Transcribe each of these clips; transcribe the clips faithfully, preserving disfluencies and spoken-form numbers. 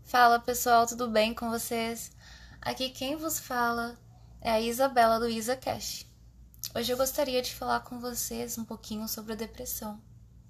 Fala pessoal, tudo bem com vocês? Aqui quem vos fala é a Isabela do IsaCast. Hoje eu gostaria de falar com vocês um pouquinho sobre a depressão.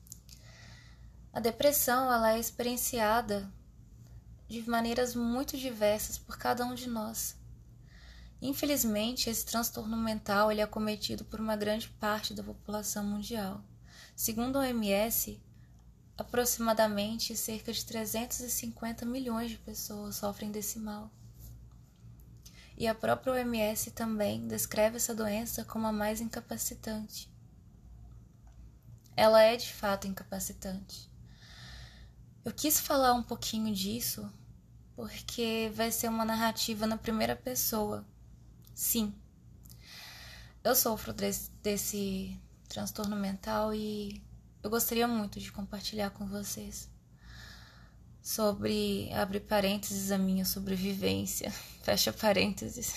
A depressão ela é experienciada de maneiras muito diversas por cada um de nós. Infelizmente, esse transtorno mental ele é cometido por uma grande parte da população mundial. Segundo a O M S, aproximadamente cerca de trezentos e cinquenta milhões de pessoas sofrem desse mal. E a própria O M S também descreve essa doença como a mais incapacitante. Ela é de fato incapacitante. Eu quis falar um pouquinho disso porque vai ser uma narrativa na primeira pessoa. Sim, eu sofro desse, desse transtorno mental e eu gostaria muito de compartilhar com vocês sobre, abre parênteses, a minha sobrevivência, fecha parênteses.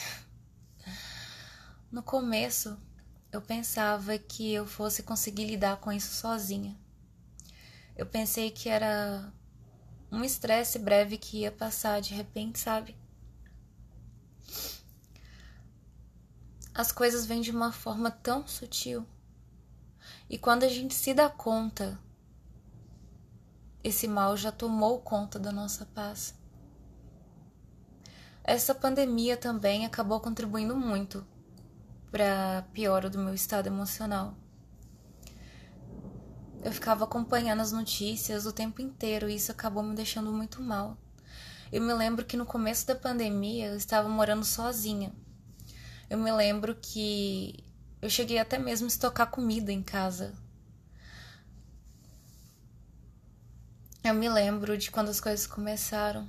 No começo, eu pensava que eu fosse conseguir lidar com isso sozinha. Eu pensei que era um estresse breve que ia passar de repente, sabe? As coisas vêm de uma forma tão sutil. E quando a gente se dá conta, esse mal já tomou conta da nossa paz. Essa pandemia também acabou contribuindo muito para a piora do meu estado emocional. Eu ficava acompanhando as notícias o tempo inteiro e isso acabou me deixando muito mal. Eu me lembro que no começo da pandemia eu estava morando sozinha. Eu me lembro que eu cheguei até mesmo a estocar comida em casa. Eu me lembro de quando as coisas começaram.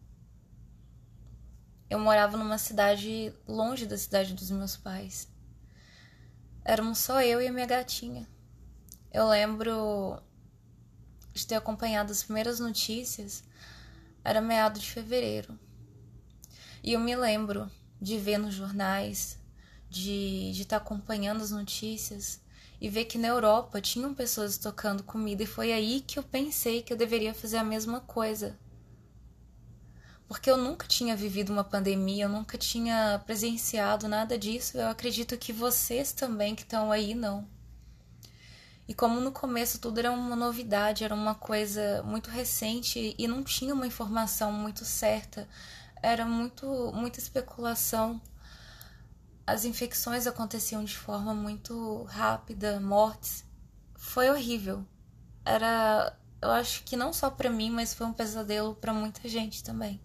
Eu morava numa cidade longe da cidade dos meus pais. Éramos só eu e a minha gatinha. Eu lembro de ter acompanhado as primeiras notícias. Era meado de fevereiro. E eu me lembro de ver nos jornais, de de estar acompanhando as notícias e ver que na Europa tinham pessoas estocando comida e foi aí que eu pensei que eu deveria fazer a mesma coisa. Porque eu nunca tinha vivido uma pandemia, eu nunca tinha presenciado nada disso, eu acredito que vocês também que estão aí não. E como no começo tudo era uma novidade, era uma coisa muito recente e não tinha uma informação muito certa, era muito, muita especulação. As infecções aconteciam de forma muito rápida, mortes. Foi horrível. Era, eu acho que não só pra mim, mas foi um pesadelo pra muita gente também.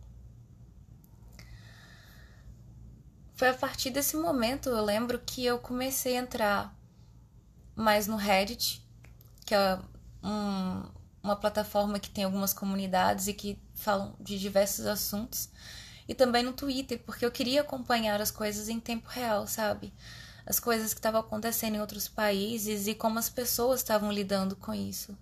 Foi a partir desse momento, eu lembro que eu comecei a entrar mais no Reddit, que é um, uma plataforma que tem algumas comunidades e que falam de diversos assuntos. E também no Twitter, porque eu queria acompanhar as coisas em tempo real, sabe? As coisas que estavam acontecendo em outros países e como as pessoas estavam lidando com isso.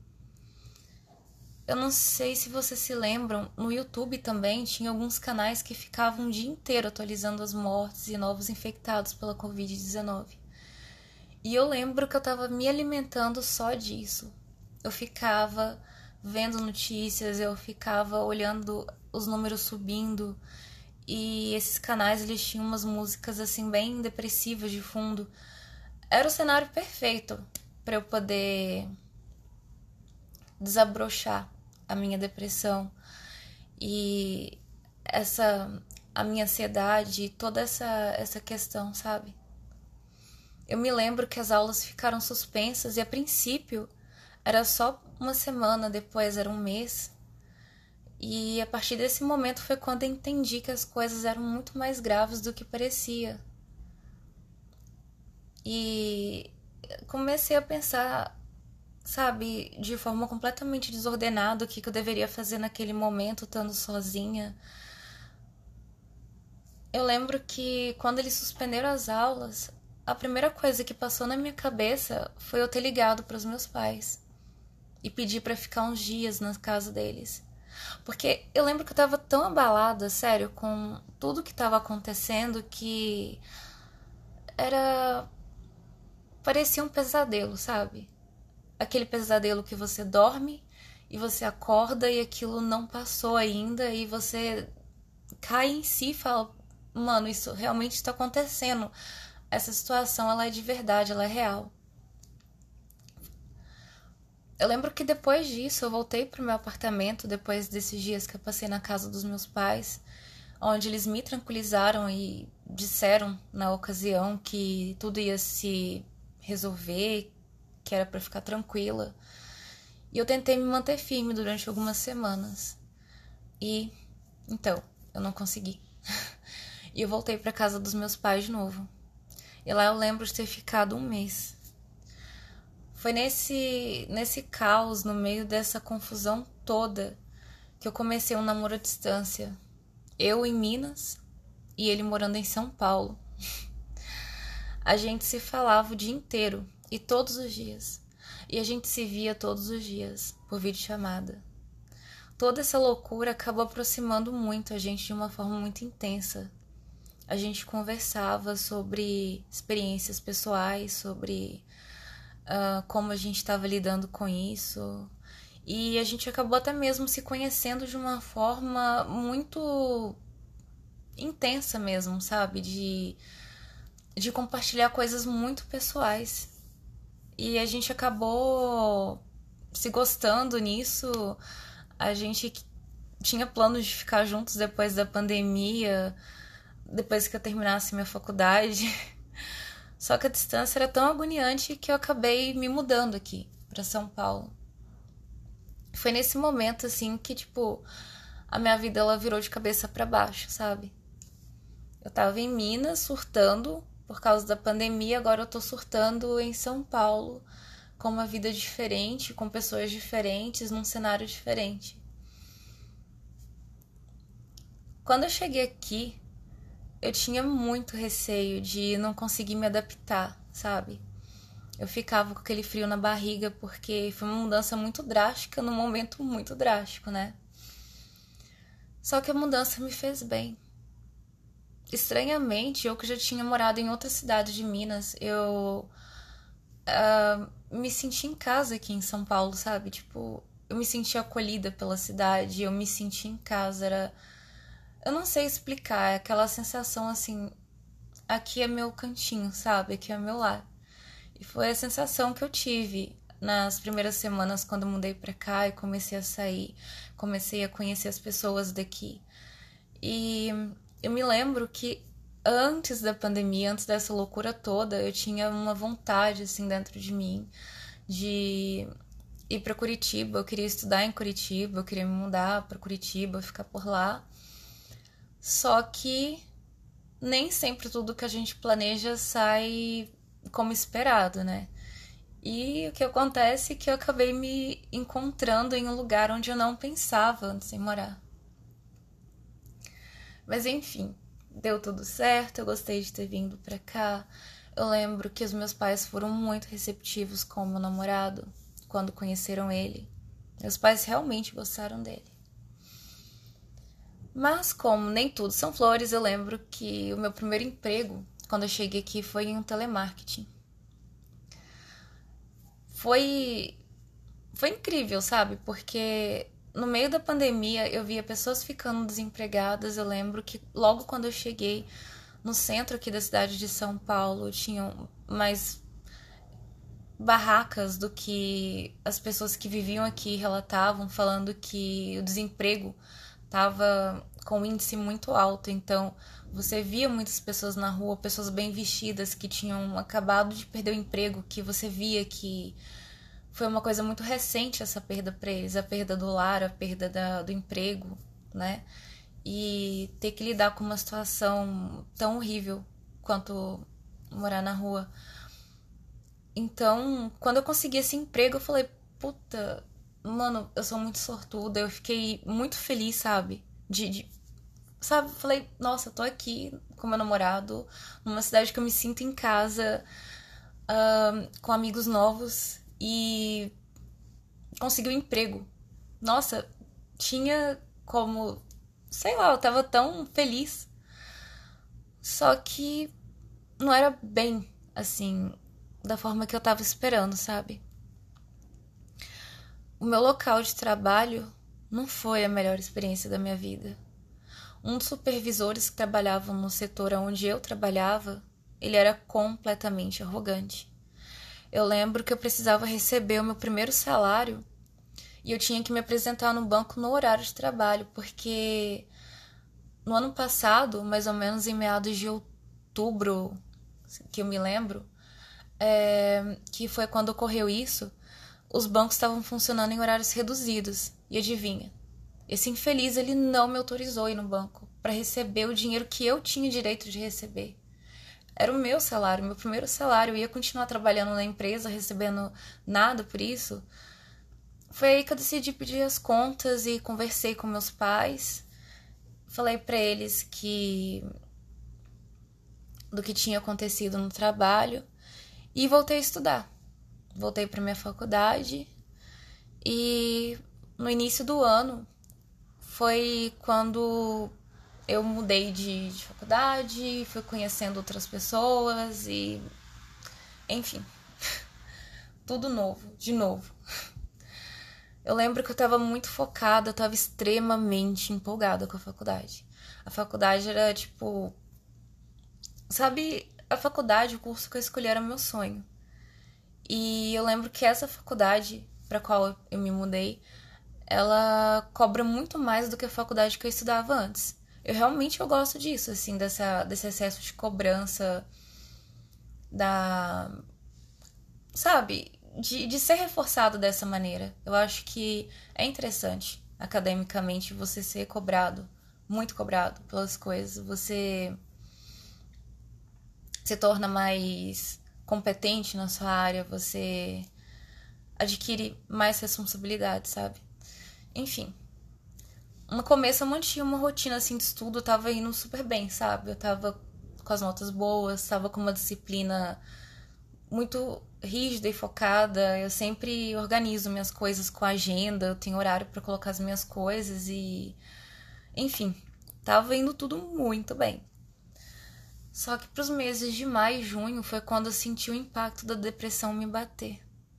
Eu não sei se vocês se lembram, no YouTube também tinha alguns canais que ficavam o dia inteiro atualizando as mortes e novos infectados pela covid dezenove. E eu lembro que eu estava me alimentando só disso. Eu ficava vendo notícias, eu ficava olhando os números subindo e esses canais eles tinham umas músicas assim bem depressivas de fundo. Era o cenário perfeito para eu poder desabrochar a minha depressão e essa a minha ansiedade, toda essa essa questão, sabe? Eu me lembro que as aulas ficaram suspensas e a princípio era só uma semana, depois era um mês. E a partir desse momento foi quando eu entendi que as coisas eram muito mais graves do que parecia. E comecei a pensar, sabe, de forma completamente desordenada o que eu deveria fazer naquele momento, estando sozinha. Eu lembro que quando eles suspenderam as aulas, a primeira coisa que passou na minha cabeça foi eu ter ligado para os meus pais e pedir para ficar uns dias na casa deles. Porque eu lembro que eu tava tão abalada, sério, com tudo que tava acontecendo que era... parecia um pesadelo, sabe? Aquele pesadelo que você dorme e você acorda e aquilo não passou ainda, e você cai em si e fala, mano, isso realmente está acontecendo. Essa situação, ela é de verdade, ela é real. Eu lembro que depois disso eu voltei pro meu apartamento, depois desses dias que eu passei na casa dos meus pais, onde eles me tranquilizaram e disseram na ocasião que tudo ia se resolver, que era pra ficar tranquila. E eu tentei me manter firme durante algumas semanas. E então, eu não consegui. E eu voltei pra casa dos meus pais de novo. E lá eu lembro de ter ficado um mês. Foi nesse, nesse caos, no meio dessa confusão toda, que eu comecei um namoro à distância. Eu em Minas e ele morando em São Paulo. A gente se falava o dia inteiro e todos os dias. E a gente se via todos os dias por videochamada. Toda essa loucura acabou aproximando muito a gente de uma forma muito intensa. A gente conversava sobre experiências pessoais, sobre uh, como a gente estava lidando com isso. E a gente acabou até mesmo se conhecendo de uma forma muito intensa mesmo, sabe? De, de compartilhar coisas muito pessoais. E a gente acabou se gostando nisso. A gente tinha planos de ficar juntos depois da pandemia, depois que eu terminasse minha faculdade. Só que a distância era tão agoniante que eu acabei me mudando aqui pra São Paulo. Foi nesse momento, assim, que, tipo, a minha vida, ela virou de cabeça pra baixo, sabe? Eu tava em Minas, surtando por causa da pandemia, agora eu tô surtando em São Paulo, com uma vida diferente, com pessoas diferentes, num cenário diferente. Quando eu cheguei aqui, eu tinha muito receio de não conseguir me adaptar, sabe? Eu ficava com aquele frio na barriga porque foi uma mudança muito drástica num momento muito drástico, né? Só que a mudança me fez bem. Estranhamente, eu que já tinha morado em outra cidade de Minas, eu uh, me senti em casa aqui em São Paulo, sabe? Tipo, eu me senti acolhida pela cidade, eu me senti em casa, era... Eu não sei explicar, é aquela sensação assim, aqui é meu cantinho, sabe? Aqui é meu lar. E foi a sensação que eu tive nas primeiras semanas quando eu mudei pra cá e comecei a sair, comecei a conhecer as pessoas daqui. E eu me lembro que antes da pandemia, antes dessa loucura toda, eu tinha uma vontade assim dentro de mim de ir pra Curitiba. Eu queria estudar em Curitiba, eu queria me mudar pra Curitiba, ficar por lá. Só que nem sempre tudo que a gente planeja sai como esperado, né? E o que acontece é que eu acabei me encontrando em um lugar onde eu não pensava antes de morar. Mas enfim, deu tudo certo, eu gostei de ter vindo pra cá. Eu lembro que os meus pais foram muito receptivos com o meu namorado quando conheceram ele. Meus pais realmente gostaram dele. Mas como nem tudo são flores, eu lembro que o meu primeiro emprego, quando eu cheguei aqui, foi em um telemarketing. Foi, foi incrível, sabe? Porque no meio da pandemia eu via pessoas ficando desempregadas. Eu lembro que logo quando eu cheguei no centro aqui da cidade de São Paulo, tinham mais barracas do que as pessoas que viviam aqui relatavam, falando que o desemprego estava com um índice muito alto. Então você via muitas pessoas na rua, pessoas bem vestidas que tinham acabado de perder o emprego, que você via que foi uma coisa muito recente essa perda para eles, a perda do lar, a perda da, do emprego, né? E ter que lidar com uma situação tão horrível quanto morar na rua. Então, quando eu consegui esse emprego, eu falei, puta, mano, eu sou muito sortuda. Eu fiquei muito feliz, sabe? De, de sabe? Falei, nossa, eu tô aqui com meu namorado, numa cidade que eu me sinto em casa, uh, com amigos novos, e consegui um emprego. Nossa, tinha como, sei lá, eu tava tão feliz. Só que não era bem assim, da forma que eu tava esperando, sabe? O meu local de trabalho não foi a melhor experiência da minha vida. Um dos supervisores que trabalhavam no setor onde eu trabalhava, ele era completamente arrogante. Eu lembro que eu precisava receber o meu primeiro salário e eu tinha que me apresentar no banco no horário de trabalho, porque no ano passado, mais ou menos em meados de outubro, que eu me lembro, é, que foi quando ocorreu isso, os bancos estavam funcionando em horários reduzidos. E adivinha? Esse infeliz, ele não me autorizou a ir no banco para receber o dinheiro que eu tinha direito de receber. Era o meu salário, meu primeiro salário. Eu ia continuar trabalhando na empresa, recebendo nada por isso. Foi aí que eu decidi pedir as contas e conversei com meus pais. Falei para eles que do que tinha acontecido no trabalho e voltei a estudar. Voltei para minha faculdade e no início do ano foi quando eu mudei de, de faculdade, fui conhecendo outras pessoas e, enfim, tudo novo, de novo. Eu lembro que eu estava muito focada, eu estava extremamente empolgada com a faculdade. A faculdade era tipo, sabe, a faculdade, o curso que eu escolhi era meu sonho. E eu lembro que essa faculdade para qual eu me mudei, ela cobra muito mais do que a faculdade que eu estudava antes. Eu realmente eu gosto disso, assim, dessa, desse excesso de cobrança, da... sabe, de, de ser reforçado dessa maneira. Eu acho que é interessante, academicamente, você ser cobrado, muito cobrado pelas coisas. Você se torna mais competente na sua área, você adquire mais responsabilidade, sabe? Enfim. No começo eu mantinha uma rotina assim de estudo, eu tava indo super bem, sabe? Eu tava com as notas boas, tava com uma disciplina muito rígida e focada. Eu sempre organizo minhas coisas com a agenda, eu tenho horário pra colocar as minhas coisas e... enfim, tava indo tudo muito bem. Só que pros meses de maio e junho foi quando eu senti o impacto da depressão me bater.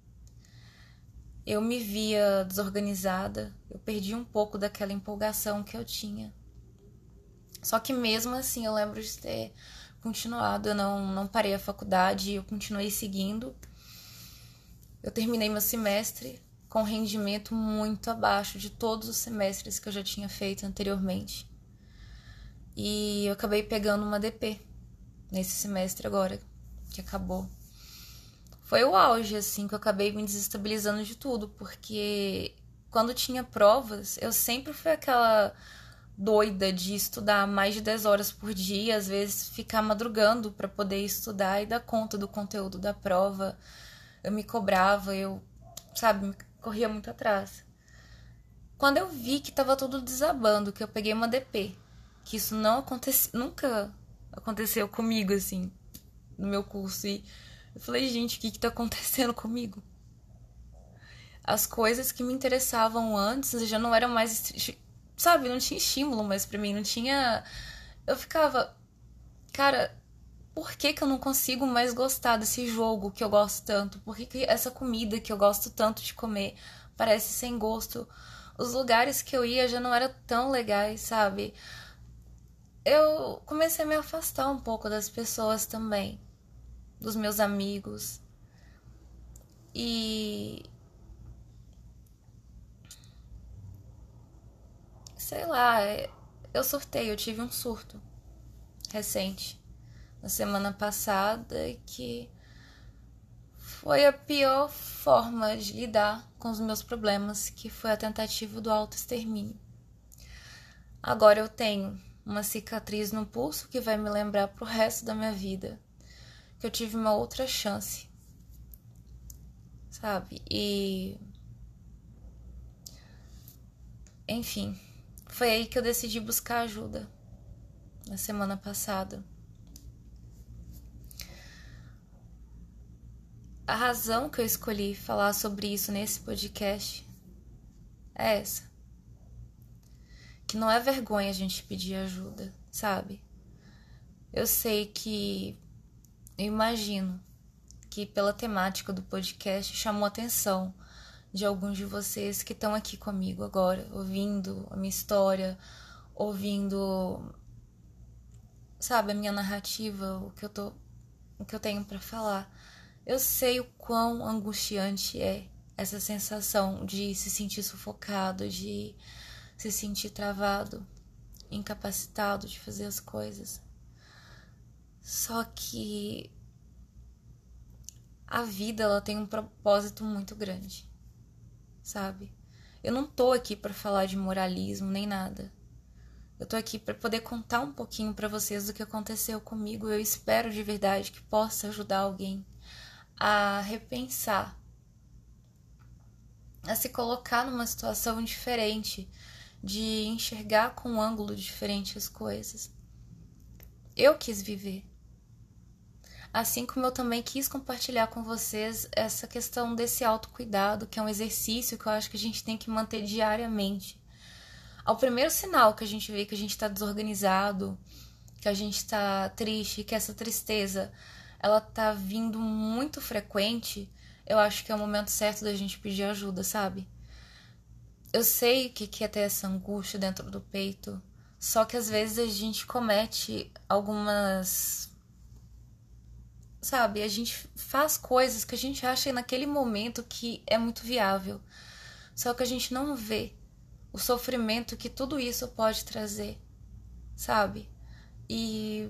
Eu me via desorganizada, eu perdi um pouco daquela empolgação que eu tinha. Só que mesmo assim eu lembro de ter continuado, eu não, não parei a faculdade, eu continuei seguindo. Eu terminei meu semestre com rendimento muito abaixo de todos os semestres que eu já tinha feito anteriormente. E eu acabei pegando uma D P nesse semestre agora, que acabou. Foi o auge, assim, que eu acabei me desestabilizando de tudo, porque quando tinha provas, eu sempre fui aquela doida de estudar mais de dez horas por dia, às vezes ficar madrugando para poder estudar e dar conta do conteúdo da prova. Eu me cobrava, eu, sabe, corria muito atrás. Quando eu vi que tava tudo desabando, que eu peguei uma D P, que isso não aconteceu, nunca aconteceu comigo, assim, no meu curso, e eu falei, gente, o que que tá acontecendo comigo? As coisas que me interessavam antes já não eram mais... sabe, não tinha estímulo mais pra mim, não tinha... Eu ficava... cara, por que que eu não consigo mais gostar desse jogo que eu gosto tanto? Por que que essa comida que eu gosto tanto de comer parece sem gosto? Os lugares que eu ia já não eram tão legais, sabe? Eu comecei a me afastar um pouco das pessoas também, dos meus amigos. E... sei lá, eu surtei, eu tive um surto recente, na semana passada, que foi a pior forma de lidar com os meus problemas, que foi a tentativa do autoextermínio. Agora eu tenho uma cicatriz no pulso que vai me lembrar pro resto da minha vida que eu tive uma outra chance, sabe? E... enfim, foi aí que eu decidi buscar ajuda, na semana passada. A razão que eu escolhi falar sobre isso nesse podcast é essa. Que não é vergonha a gente pedir ajuda, sabe? Eu sei que... eu imagino que pela temática do podcast chamou atenção de alguns de vocês que estão aqui comigo agora, ouvindo a minha história, ouvindo, sabe, a minha narrativa, o que eu tô, o que eu tenho para falar. Eu sei o quão angustiante é essa sensação de se sentir sufocado, de se sentir travado, incapacitado de fazer as coisas. Só que a vida, ela tem um propósito muito grande, sabe? Eu não tô aqui para falar de moralismo nem nada. Eu tô aqui para poder contar um pouquinho para vocês do que aconteceu comigo. Eu espero de verdade que possa ajudar alguém a repensar, a se colocar numa situação diferente, de enxergar com um ângulo diferente as coisas. Eu quis viver. Assim como eu também quis compartilhar com vocês essa questão desse autocuidado, que é um exercício que eu acho que a gente tem que manter diariamente. Ao primeiro sinal que a gente vê que a gente está desorganizado, que a gente está triste, que essa tristeza ela tá vindo muito frequente, eu acho que é o momento certo da gente pedir ajuda, sabe? Eu sei o que é ter essa angústia dentro do peito, só que às vezes a gente comete algumas... Sabe, a gente faz coisas que a gente acha naquele momento que é muito viável. Só que a gente não vê o sofrimento que tudo isso pode trazer, sabe? E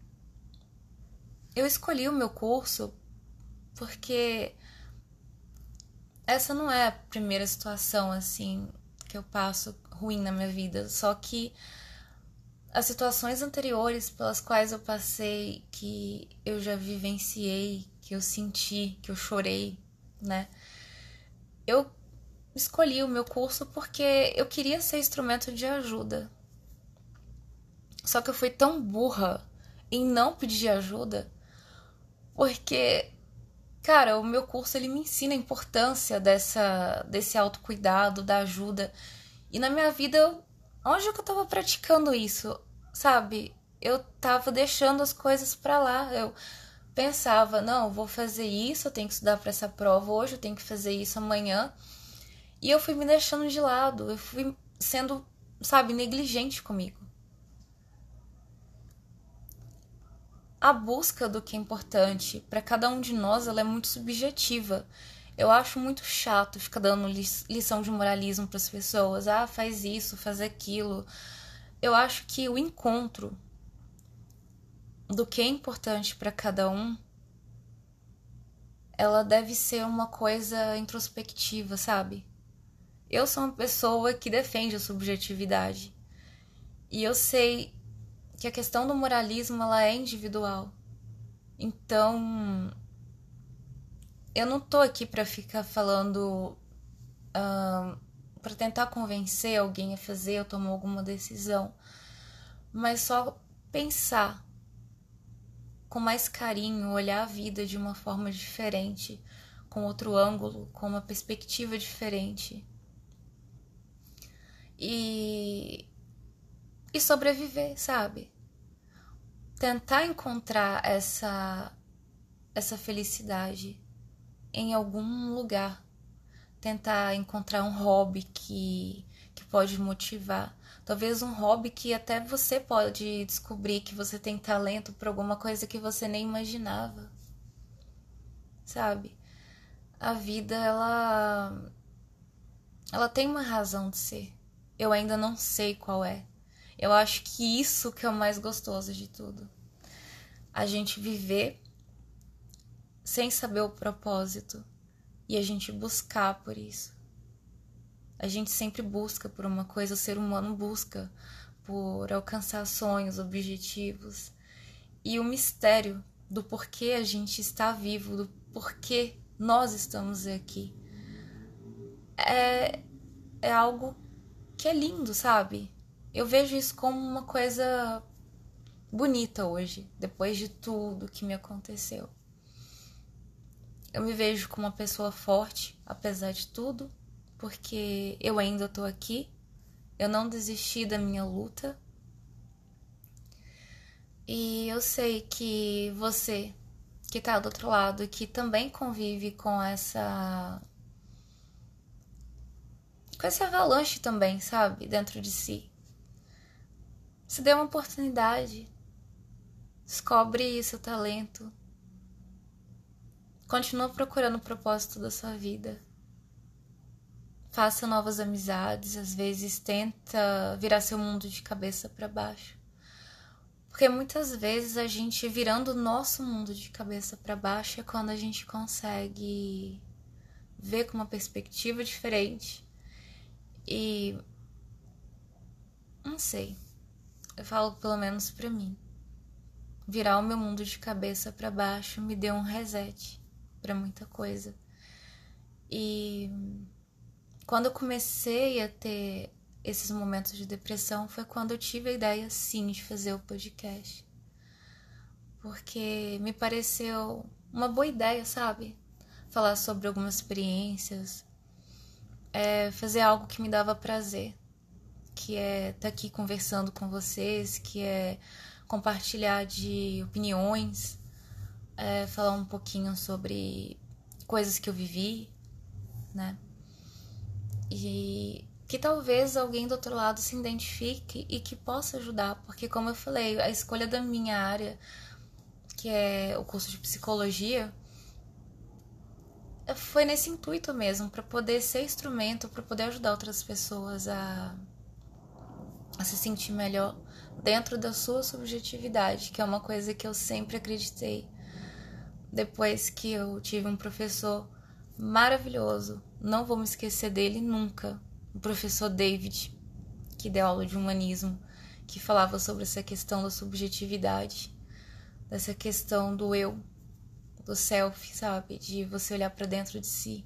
eu escolhi o meu curso porque essa não é a primeira situação, assim, que eu passo ruim na minha vida. Só que as situações anteriores pelas quais eu passei, que eu já vivenciei, que eu senti, que eu chorei, né? Eu escolhi o meu curso porque eu queria ser instrumento de ajuda. Só que eu fui tão burra em não pedir ajuda, porque, cara, o meu curso ele me ensina a importância dessa, desse autocuidado, da ajuda. E na minha vida, eu, onde é que eu tava praticando isso, sabe? Eu tava deixando as coisas pra lá. Eu pensava, não, eu vou fazer isso, eu tenho que estudar pra essa prova hoje, eu tenho que fazer isso amanhã. E eu fui me deixando de lado, eu fui sendo, sabe, negligente comigo. A busca do que é importante para cada um de nós, ela é muito subjetiva. Eu acho muito chato ficar dando lição de moralismo para as pessoas. Ah, faz isso, faz aquilo. Eu acho que o encontro do que é importante para cada um, ela deve ser uma coisa introspectiva, sabe? Eu sou uma pessoa que defende a subjetividade. E eu sei que a questão do moralismo, ela é individual. Então, eu não tô aqui pra ficar falando, uh, pra tentar convencer alguém a fazer ou tomar alguma decisão, mas só pensar com mais carinho, olhar a vida de uma forma diferente, com outro ângulo, com uma perspectiva diferente. E, e sobreviver, sabe? Tentar encontrar essa, essa felicidade em algum lugar. Tentar encontrar um hobby que, que pode motivar. Talvez um hobby que até você pode descobrir que você tem talento para alguma coisa que você nem imaginava. Sabe? A vida, ela, ela tem uma razão de ser. Eu ainda não sei qual é. Eu acho que isso que é o mais gostoso de tudo. A gente viver sem saber o propósito e a gente buscar por isso. A gente sempre busca por uma coisa, o ser humano busca por alcançar sonhos, objetivos. E o mistério do porquê a gente está vivo, do porquê nós estamos aqui, é, é algo que é lindo, sabe? Eu vejo isso como uma coisa bonita hoje, depois de tudo que me aconteceu. Eu me vejo como uma pessoa forte, apesar de tudo, porque eu ainda tô aqui, eu não desisti da minha luta. E eu sei que você, que tá do outro lado, que também convive com essa com esse avalanche também, sabe? Dentro de si. Se dê uma oportunidade. Descobre seu talento. Continua procurando o propósito da sua vida. Faça novas amizades. Às vezes tenta virar seu mundo de cabeça para baixo. Porque muitas vezes a gente virando o nosso mundo de cabeça para baixo é quando a gente consegue ver com uma perspectiva diferente. E não sei, eu falo pelo menos pra mim, virar o meu mundo de cabeça pra baixo me deu um reset pra muita coisa. E quando eu comecei a ter esses momentos de depressão foi quando eu tive a ideia sim de fazer o podcast, porque me pareceu uma boa ideia, sabe? Falar sobre algumas experiências, é fazer algo que me dava prazer, que é estar aqui conversando com vocês, que é compartilhar de opiniões, é falar um pouquinho sobre coisas que eu vivi, né? E que talvez alguém do outro lado se identifique e que possa ajudar, porque como eu falei, a escolha da minha área, que é o curso de psicologia, foi nesse intuito mesmo, para poder ser instrumento, para poder ajudar outras pessoas a, a se sentir melhor dentro da sua subjetividade, que é uma coisa que eu sempre acreditei. Depois que eu tive um professor maravilhoso, não vou me esquecer dele nunca, o professor David, que deu aula de humanismo, que falava sobre essa questão da subjetividade, dessa questão do eu, do self, sabe? De você olhar pra dentro de si.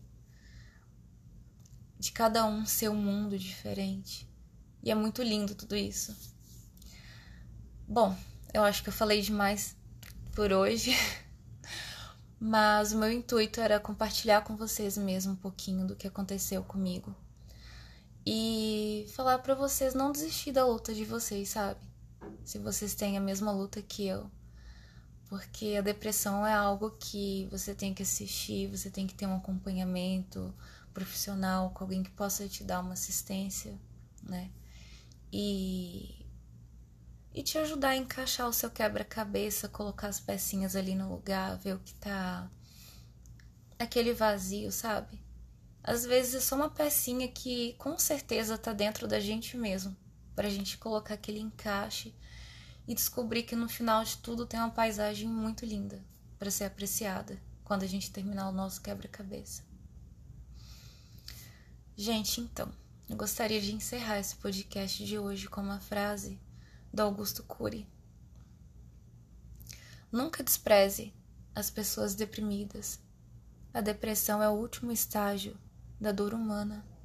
De cada um ser um mundo diferente. E é muito lindo tudo isso. Bom, eu acho que eu falei demais por hoje. Mas o meu intuito era compartilhar com vocês mesmo um pouquinho do que aconteceu comigo. E falar pra vocês não desistir da luta de vocês, sabe? Se vocês têm a mesma luta que eu. Porque a depressão é algo que você tem que assistir, você tem que ter um acompanhamento profissional com alguém que possa te dar uma assistência, né? E, e te ajudar a encaixar o seu quebra-cabeça, colocar as pecinhas ali no lugar, ver o que tá... aquele vazio, sabe? Às vezes é só uma pecinha que com certeza tá dentro da gente mesmo, pra gente colocar aquele encaixe e descobrir que no final de tudo tem uma paisagem muito linda para ser apreciada quando a gente terminar o nosso quebra-cabeça. Gente, então, eu gostaria de encerrar esse podcast de hoje com uma frase do Augusto Cury. Nunca despreze as pessoas deprimidas. A depressão é o último estágio da dor humana.